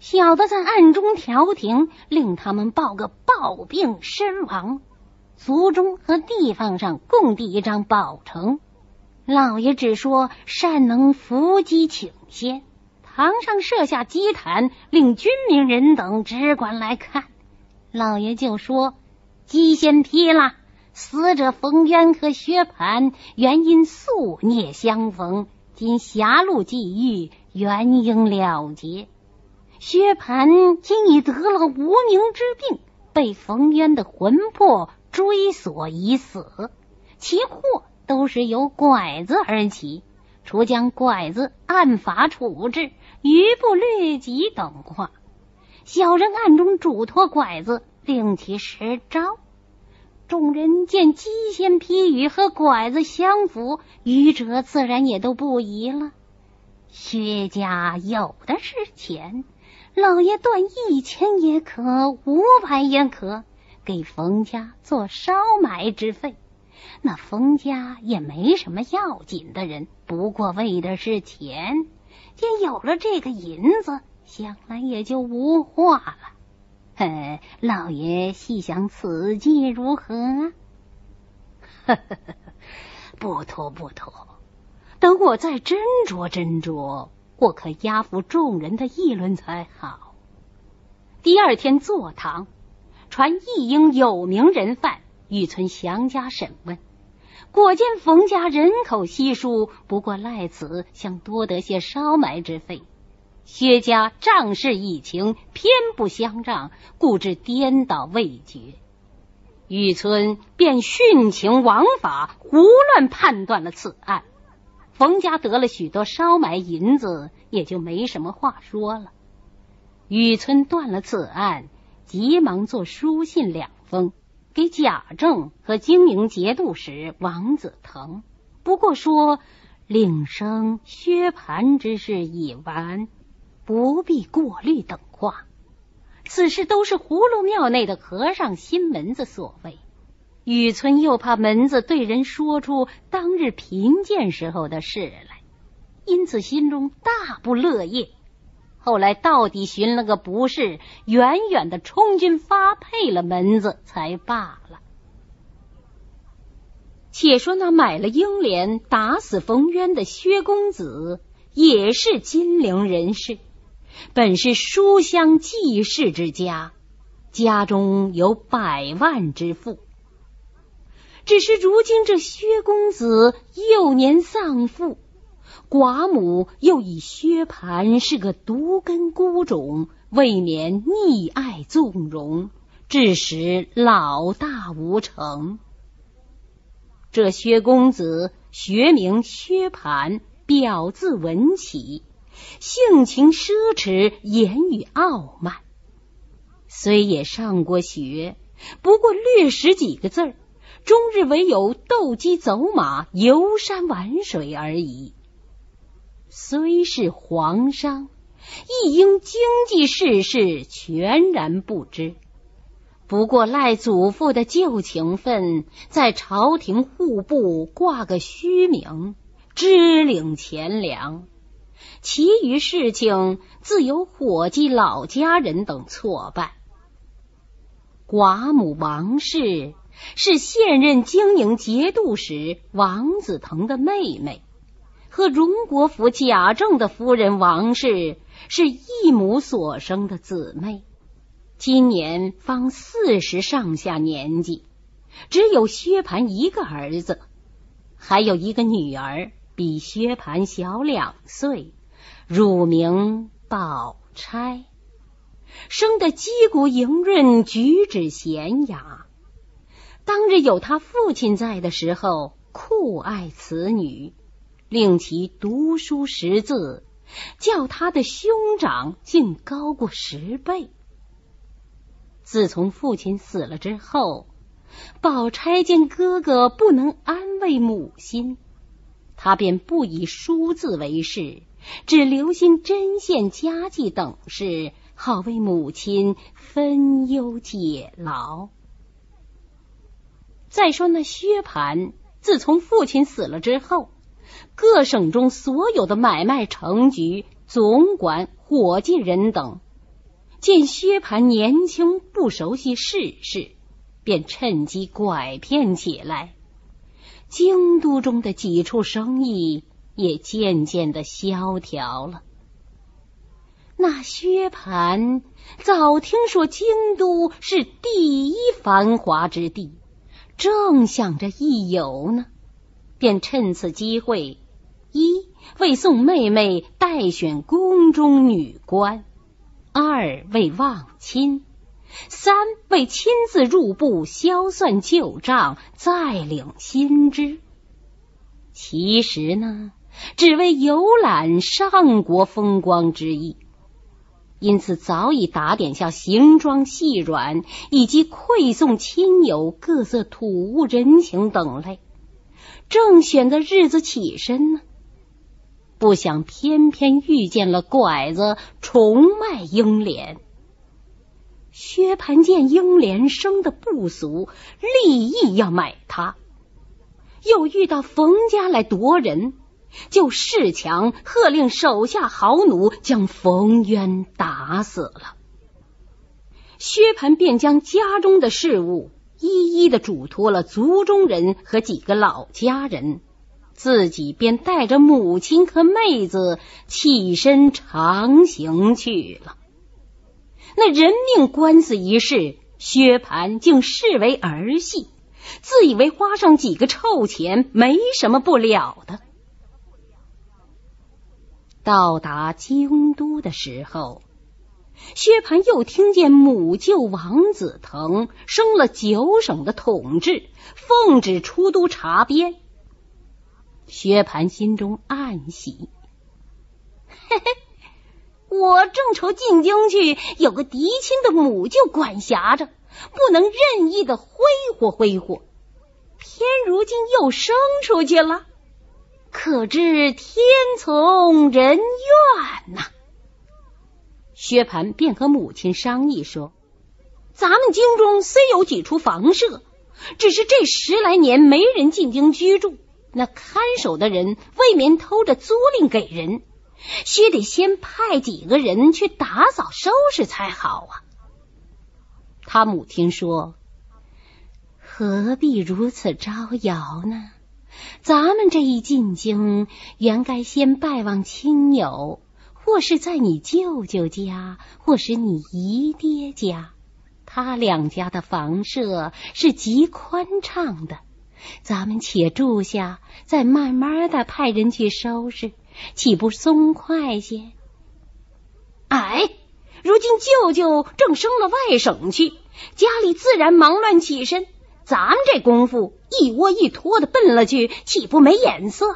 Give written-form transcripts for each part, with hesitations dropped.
小的在暗中调停，令他们报个暴病身亡，族中和地方上共递一张保呈。老爷只说善能伏击请仙，堂上设下祭坛，令军民人等只管来看。老爷就说祭先批了，死者冯渊和薛蟠原因宿孽相逢，今狭路际遇，原应了结。薛蟠今已得了无名之病，被冯渊的魂魄追索已死，其祸都是由拐子而起，除将拐子按法处置，余不略及等话。小人暗中嘱托拐子，令其实招。众人见鸡先批语和拐子相符，愚者自然也都不疑了。薛家有的是钱，老爷断1000也可，500也可，给冯家做烧买之费。那冯家也没什么要紧的人，不过为的是钱，既有了这个银子，想来也就无话了。老爷细想此计如何啊？不妥，等我再斟酌，或可压服众人的议论才好。第二天坐堂，传一应有名人犯玉村详加审问，果见冯家人口稀疏，不过赖此想多得些烧买之费。薛家仗势以情，偏不相让，故致颠倒未决。玉村便徇情枉法，胡乱判断了此案。冯家得了许多烧买银子，也就没什么话说了。玉村断了此案，急忙做书信2封，给贾政和经营节度使王子腾，不过说领生薛蟠之事已完，不必过虑等话。此事都是葫芦庙内的和尚新门子所为。雨村又怕门子对人说出当日贫贱时候的事来，因此心中大不乐业。后来到底寻了个不是，远远的充军发配了门子才罢了。且说那买了英莲打死冯渊的薛公子，也是金陵人士，本是书香济世之家，家中有100万之富。只是如今这薛公子幼年丧父，寡母又以薛蟠是个独根孤种，未免溺爱纵容，致使老大无成。这薛公子学名薛蟠，表字文起，性情奢侈，言语傲慢。虽也上过学，不过略识几个字儿，终日唯有斗鸡走马、游山玩水而已。虽是皇商，亦因经济世事全然不知，不过赖祖父的旧情分，在朝廷户部挂个虚名，支领钱粮，其余事情自有伙计老家人等错办。寡母王氏是现任经营节度使王子腾的妹妹，和荣国府贾政的夫人王氏是异母所生的姊妹，今年方40上下年纪，只有薛蟠一个儿子，还有一个女儿，比薛蟠小2岁，乳名宝钗，生得肌骨莹润，举止娴雅。当日有他父亲在的时候，酷爱此女，令其读书识字，叫他的兄长竟高过10倍。自从父亲死了之后，宝钗见哥哥不能安慰母心，他便不以书字为事，只留心针线家计等事，好为母亲分忧解劳。再说那薛蟠，自从父亲死了之后，各省中所有的买卖成局、总管、伙计人等， 见薛蟠年轻不熟悉世事，便趁机拐骗起来。京都中的几处生意也渐渐的萧条了。那薛蟠早听说京都是第一繁华之地，正想着一游呢，便趁此机会，一为送妹妹待选宫中女官，二为望亲，三为亲自入部销算旧账，再领新知。其实呢，只为游览上国风光之意，因此早已打点下行装细软以及馈送亲友各色土物人情等类，正选择日子起身呢，不想偏偏遇见了拐子重卖英莲。薛蟠见英莲生得不俗，立意要买她，又遇到冯家来夺人，就恃强喝令手下豪奴将冯渊打死了。薛蟠便将家中的事务一一的嘱托了族中人和几个老家人，自己便带着母亲和妹子起身长行去了。那人命官司一事，薛蟠竟视为儿戏，自以为花上几个臭钱没什么不了的。到达京都的时候，薛蟠又听见母舅王子腾升了9省的统治，奉旨出都查边。薛蟠心中暗喜，嘿嘿，我正愁进京去有个嫡亲的母舅管辖着，不能任意的挥霍挥霍，偏如今又生出去了，可知天从人愿呐。薛蟠便和母亲商议说，咱们京中虽有几处房舍，只是这10来年没人进京居住，那看守的人未免偷着租赁给人，须得先派几个人去打扫收拾才好啊。他母亲说，何必如此招摇呢？咱们这一进京，原该先拜望亲友，或是在你舅舅家，或是你姨爹家，他两家的房舍是极宽敞的，咱们且住下，再慢慢的派人去收拾，岂不松快些？哎，如今舅舅正升了外省去，家里自然忙乱起身，咱们这功夫一窝一拖的奔了去，岂不没眼色？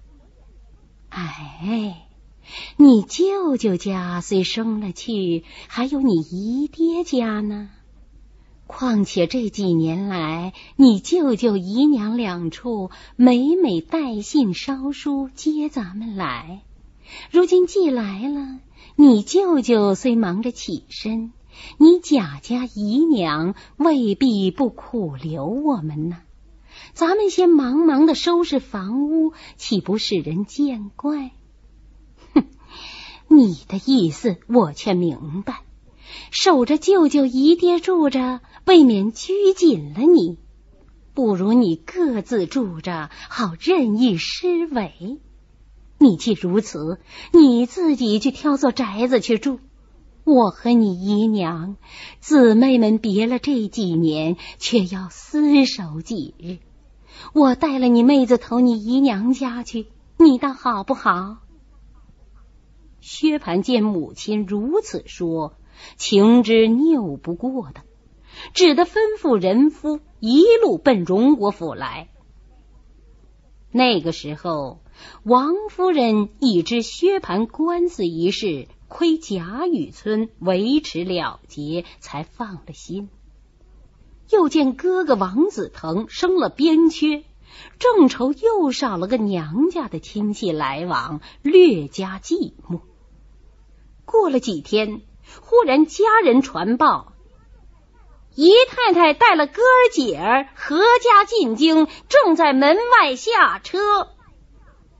哎，你舅舅家虽升了去，还有你姨爹家呢。况且这几年来，你舅舅姨娘两处每每带信捎书接咱们来，如今既来了，你舅舅虽忙着起身，你贾家姨娘未必不苦留我们呢。咱们先忙忙的收拾房屋，岂不使人见怪？哼，你的意思我却明白，守着舅舅姨爹住着，未免拘谨了你，不如你各自住着，好任意施为。你既如此，你自己去挑座宅子去住，我和你姨娘姊妹们别了这几年，却要厮守几日，我带了你妹子投你姨娘家去，你倒好不好？薛蟠见母亲如此说，情知拗不过的，只得吩咐人夫一路奔荣国府来。那个时候，王夫人已知薛蟠官司一事亏贾雨村维持了结，才放了心。又见哥哥王子腾升了边缺，正愁又少了个娘家的亲戚来往，略加寂寞。过了几天，忽然家人传报，姨太太带了哥儿姐儿合家进京，正在门外下车。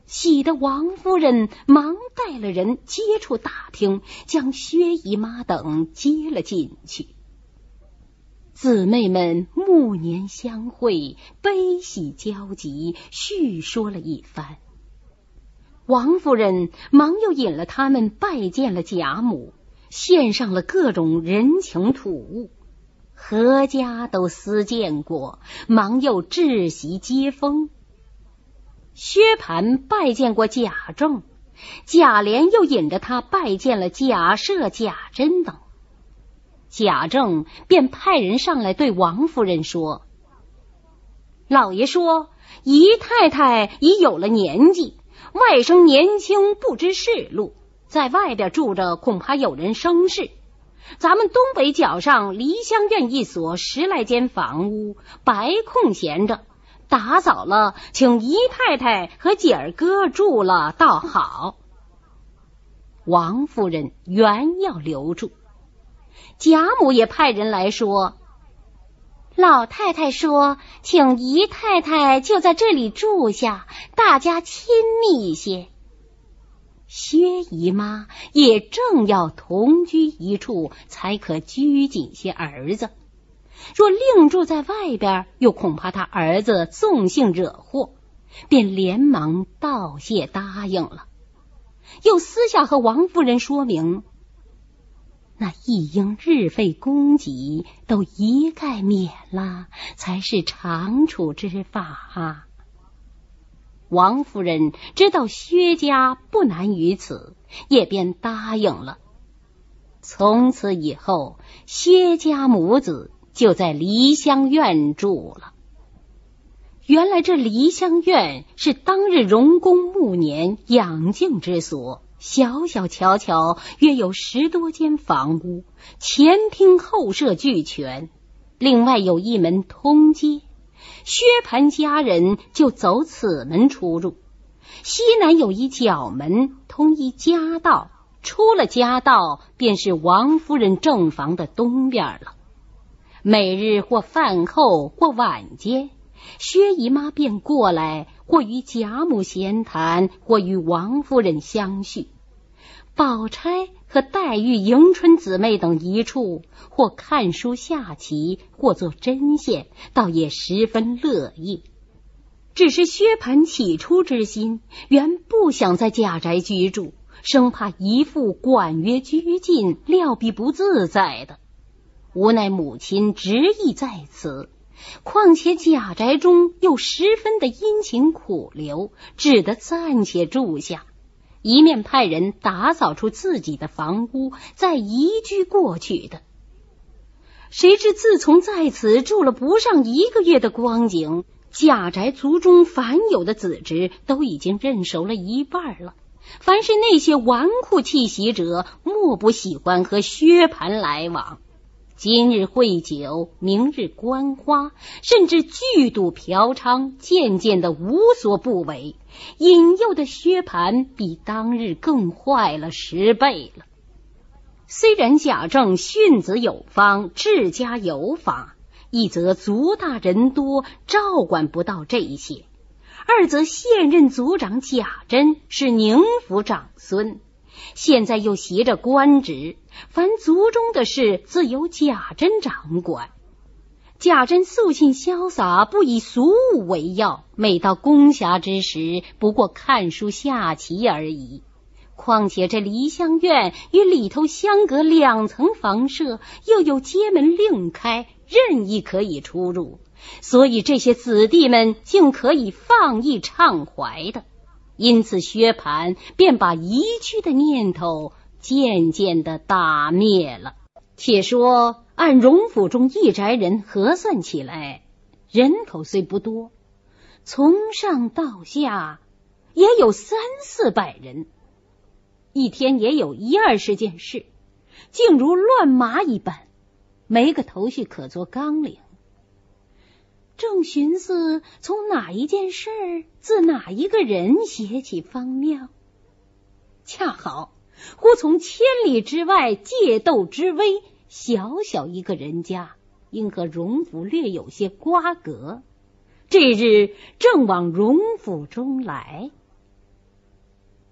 喜得王夫人忙带了人接触打听，将薛姨妈等接了进去。姊妹们暮年相会，悲喜交集，叙说了一番。王夫人忙又引了他们拜见了贾母，献上了各种人情土物，何家都私见过，忙又置席接风。薛蟠拜见过贾政，贾琏又引着他拜见了贾赦、贾珍等。贾政便派人上来对王夫人说：老爷说姨太太已有了年纪，外甥年轻不知世路，在外边住着恐怕有人生事。咱们东北角上梨香院一所10来间房屋白空闲着，打扫了，请姨太太和姐儿哥住了倒好。王夫人原要留住，贾母也派人来说：老太太说请姨太太就在这里住下，大家亲密一些。薛姨妈也正要同居一处，才可拘谨些儿子，若另住在外边，又恐怕他儿子纵性惹祸，便连忙道谢答应了。又私下和王夫人说明，那一应日费供给都一概免了，才是长处之法啊。王夫人知道薛家不难于此，也便答应了。从此以后，薛家母子就在梨香院住了。原来这梨香院是当日荣公暮年养静之所，小小巧巧约有10多间房屋，前厅后舍俱全，另外有一门通街，薛蟠家人就走此门出入。西南有一角门通一夹道，出了夹道便是王夫人正房的东边了。每日或饭后或晚间，薛姨妈便过来，或与贾母闲谈，或与王夫人相叙。宝钗和黛玉、迎春姊妹等一处，或看书下棋，或做针线，倒也十分乐意。只是薛蟠起初之心，原不想在贾宅居住，生怕一副管约拘禁，料必不自在的。无奈母亲执意在此，况且贾宅中又十分的阴晴苦流，只得暂且住下，一面派人打扫出自己的房屋，再移居过去的。谁知自从在此住了不上1个月的光景，贾宅族中凡有的子侄都已经认熟了一半了。凡是那些纨绔气习者，莫不喜欢和薛蟠来往。今日会酒，明日观花，甚至剧赌嫖娼，渐渐的无所不为，引诱的薛蟠比当日更坏了10倍了。虽然贾政训子有方，治家有法，一则族大人多，照管不到这些；二则现任族长贾珍是宁府长孙，现在又袭着官职，凡族中的事自有贾珍掌管。贾珍素性潇洒，不以俗物为要，每到公暇之时，不过看书下棋而已。况且这梨香院与里头相隔2层房舍，又有街门另开，任意可以出入，所以这些子弟们竟可以放逸畅怀的。因此薛蟠便把移居的念头渐渐的打灭了。且说按荣府中一宅人核算起来，人口虽不多，从上到下也有300-400人，一天也有10-20件事，竟如乱麻一般，没个头绪可做纲领。正寻思从哪一件事自哪一个人写起方妙，恰好忽从千里之外借斗之威，小小一个人家因和荣府略有些瓜葛，这日正往荣府中来。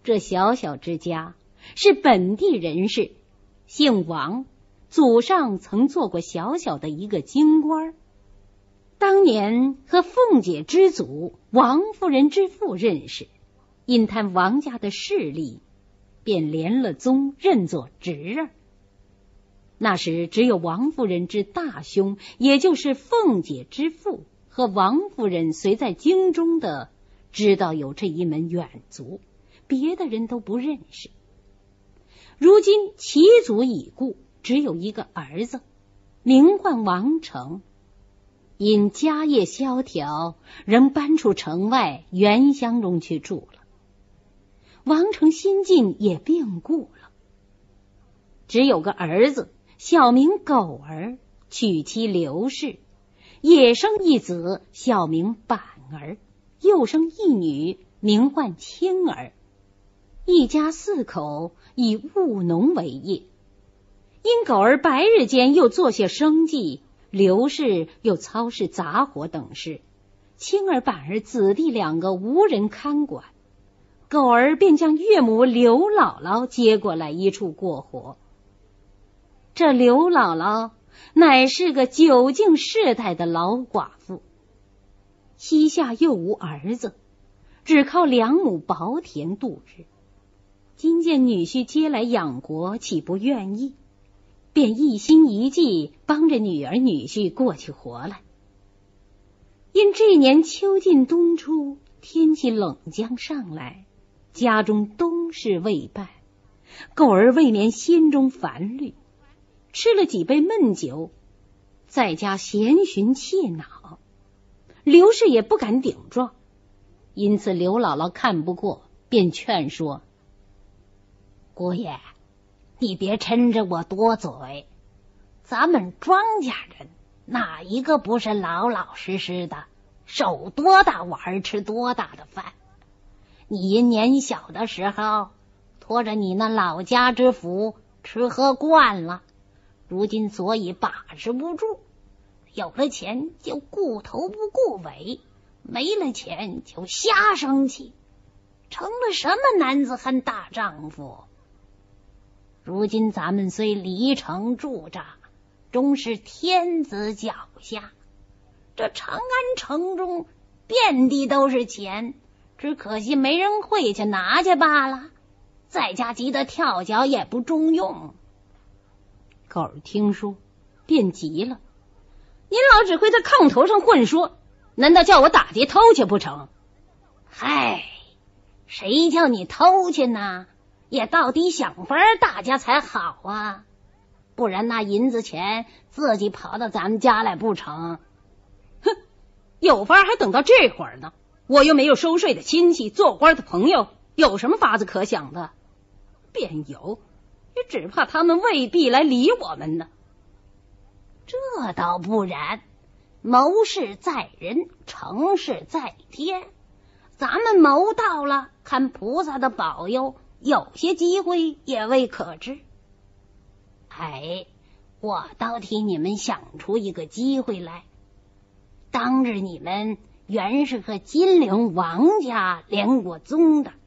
这小小之家是本地人士，姓王，祖上曾做过小小的一个京官。当年和凤姐之祖王夫人之父认识，因贪王家的势力，便连了宗认作侄儿。那时只有王夫人之大兄，也就是凤姐之父和王夫人随在京中的知道有这一门远族，别的人都不认识。如今其祖已故，只有一个儿子，名唤王成，因家业萧条，仍搬出城外原乡中去住了。王成新近也病故了，只有个儿子，小名狗儿，娶妻刘氏，也生一子，小名板儿，又生一女，名唤青儿。一家4口以务农为业，因狗儿白日间又做些生计，刘氏又操持杂活等事，青儿板儿子弟2个无人看管，狗儿便将岳母刘姥姥接过来一处过活。这刘姥姥乃是个久经世代的老寡妇，膝下又无儿子，只靠2亩薄田度日。今见女婿接来养活，岂不愿意？便一心一计帮着女儿女婿过去活来。因这年秋尽冬初，天气冷将上来，家中冬事未办，狗儿未免心中烦虑，吃了几杯闷酒，在家闲寻气恼。刘氏也不敢顶撞，因此刘姥姥看不过，便劝说：姑爷，你别抻着我多嘴，咱们庄稼人哪一个不是老老实实的，手多大碗吃多大的饭？你因年小的时候托着你那老家之福吃喝惯了，如今所以把持不住，有了钱就顾头不顾尾，没了钱就瞎生气，成了什么男子汉大丈夫？如今咱们虽离城驻扎，终是天子脚下，这长安城中遍地都是钱，只可惜没人会去拿去罢了，在家急得跳脚也不中用。狗儿听说便急了：您老只会在炕头上混说，难道叫我打劫偷去不成？嗨，谁叫你偷去呢？也到底想法大家才好啊，不然那银子钱自己跑到咱们家来不成？哼，有法还等到这会儿呢，我又没有收税的亲戚，做官的朋友，有什么法子可想的？便有，也只怕他们未必来理我们呢。这倒不然，谋事在人，成事在天，咱们谋到了，看菩萨的保佑，有些机会也未可知。哎，我倒替你们想出一个机会来，当日你们原是和金陵王家连过宗的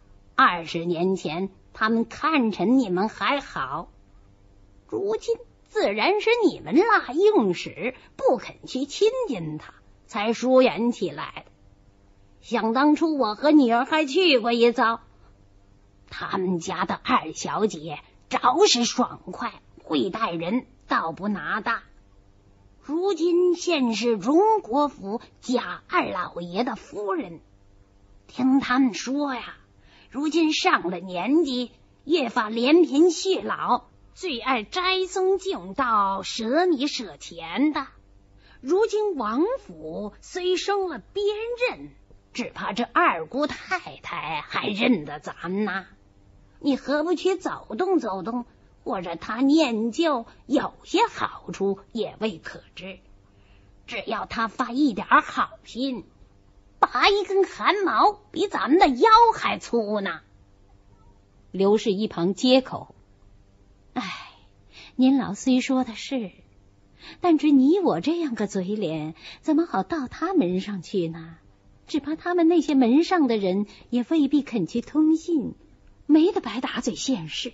，20年前他们看成你们还好，如今自然是你们拉硬使，不肯去亲近他，才疏远起来的。想当初我和女儿还去过一遭，他们家的2小姐着实爽快，会待人，倒不拿大。如今现是荣国府贾2老爷的夫人，听他们说呀，如今上了年纪，越发怜贫恤老，最爱斋僧敬道，舍米舍钱的。如今王府虽生了边任，只怕这2姑太太还认得咱们呐。你何不去走动走动，或者他念旧有些好处也未可知。只要他发一点好心，拔一根汗毛比咱们的腰还粗呢。刘氏一旁接口：哎，您老虽说的是，但只你我这样个嘴脸，怎么好到他门上去呢？只怕他们那些门上的人也未必肯去通信， 没得白打嘴现世。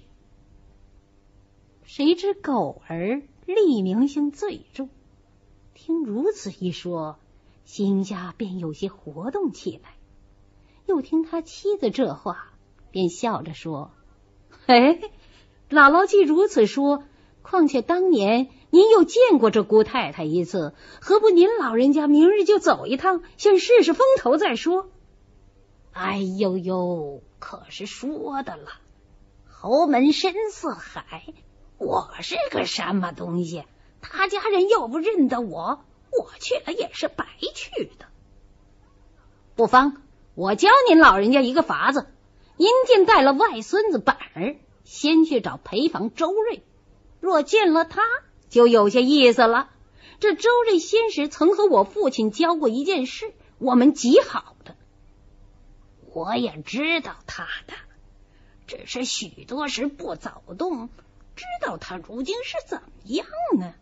谁知狗儿立名性最重，听如此一说，心下便有些活动起来。又听他妻子这话，便笑着说：“哎，姥姥既如此说，况且当年您又见过这姑太太一次，何不您老人家明日就走一趟，先试试风头再说？”哎呦呦，可是说的了，侯门深似海，我是个什么东西？他家人又不认得我，我去了也是白去的。不妨，我教您老人家一个法子，您竟带了外孙子板儿，先去找陪房周瑞，若见了他，就有些意思了。这周瑞先时曾和我父亲交过一件事，我们极好的。我也知道他的，只是许多时不走动，知道他如今是怎么样呢？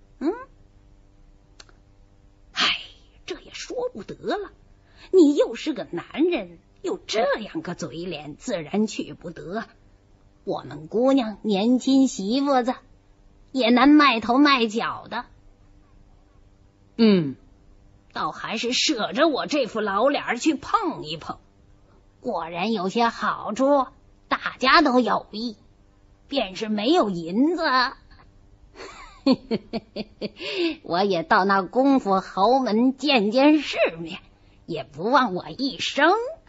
这也说不得了。你又是个男人，又这样个嘴脸，自然去不得。我们姑娘年轻媳妇子，也难卖头卖脚的。倒还是舍着我这副老脸去碰一碰，果然有些好处，大家都有益。便是没有银子，我也到那功夫侯门见见世面，也不忘我一生。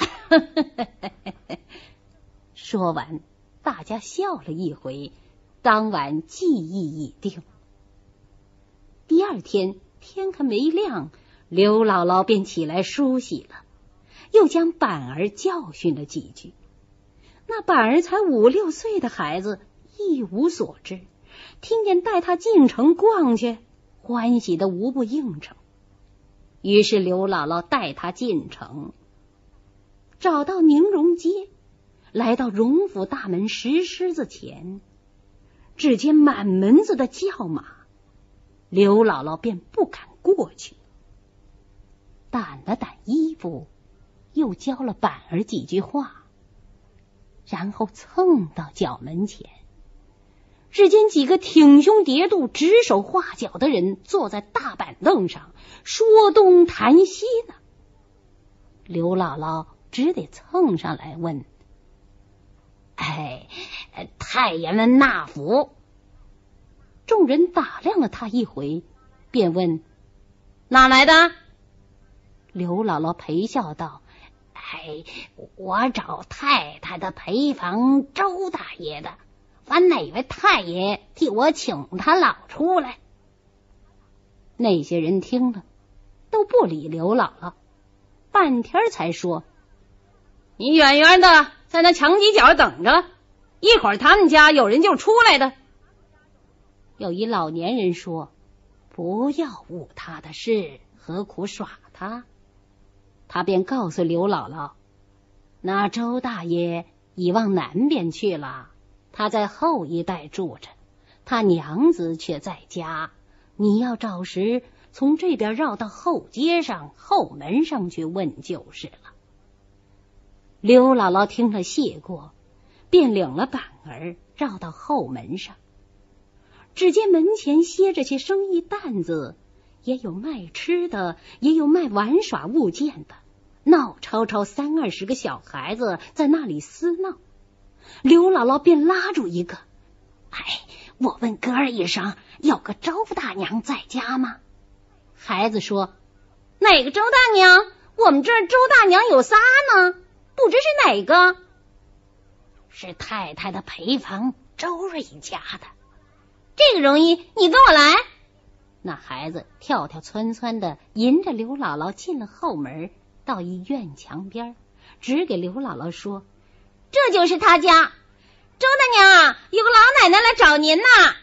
说完，大家笑了一回，当晚记忆已定。第二天天还没亮，刘姥姥便起来梳洗了，又将板儿教训了几句。那板儿才5、6岁的孩子，一无所知，听见带他进城逛去，欢喜的无不应承。于是刘姥姥带他进城，找到宁荣街，来到荣府大门石狮子前，只见满门子的叫马，刘姥姥便不敢过去，掸了掸衣服，又教了板儿几句话，然后蹭到角门前，只见几个挺胸叠肚、指手画脚的人坐在大板凳上说东谈西呢。刘姥姥只得蹭上来问：“太爷们纳福？”众人打量了他一回，便问：“哪来的？”刘姥姥陪笑道：“我找太太的陪房周大爷的，烦哪位太爷替我请他老出来。”那些人听了都不理刘姥姥，半天才说：“你远远的在那墙犄角等着，一会儿他们家有人就出来的。”有一老年人说：“不要误他的事，何苦耍他？”他便告诉刘姥姥：“那周大爷已往南边去了，他在后一带住着，他娘子却在家。你要找时从这边绕到后街上后门上去问就是了。”刘姥姥听了谢过，便领了板儿绕到后门上，只见门前歇着些生意担子，也有卖吃的，也有卖玩耍物件的，闹吵吵30、20个小孩子在那里厮闹。刘姥姥便拉住一个：“我问哥儿一声，有个周大娘在家吗？”孩子说：“哪个周大娘？我们这儿周大娘有仨呢，不知是哪个。”“是太太的陪房周瑞家的。”“这个容易，你跟我来。”那孩子跳跳窜窜的引着刘姥姥进了后门，到一院墙边，只给刘姥姥说：“这就是他家。周大娘，有个老奶奶来找您呐。”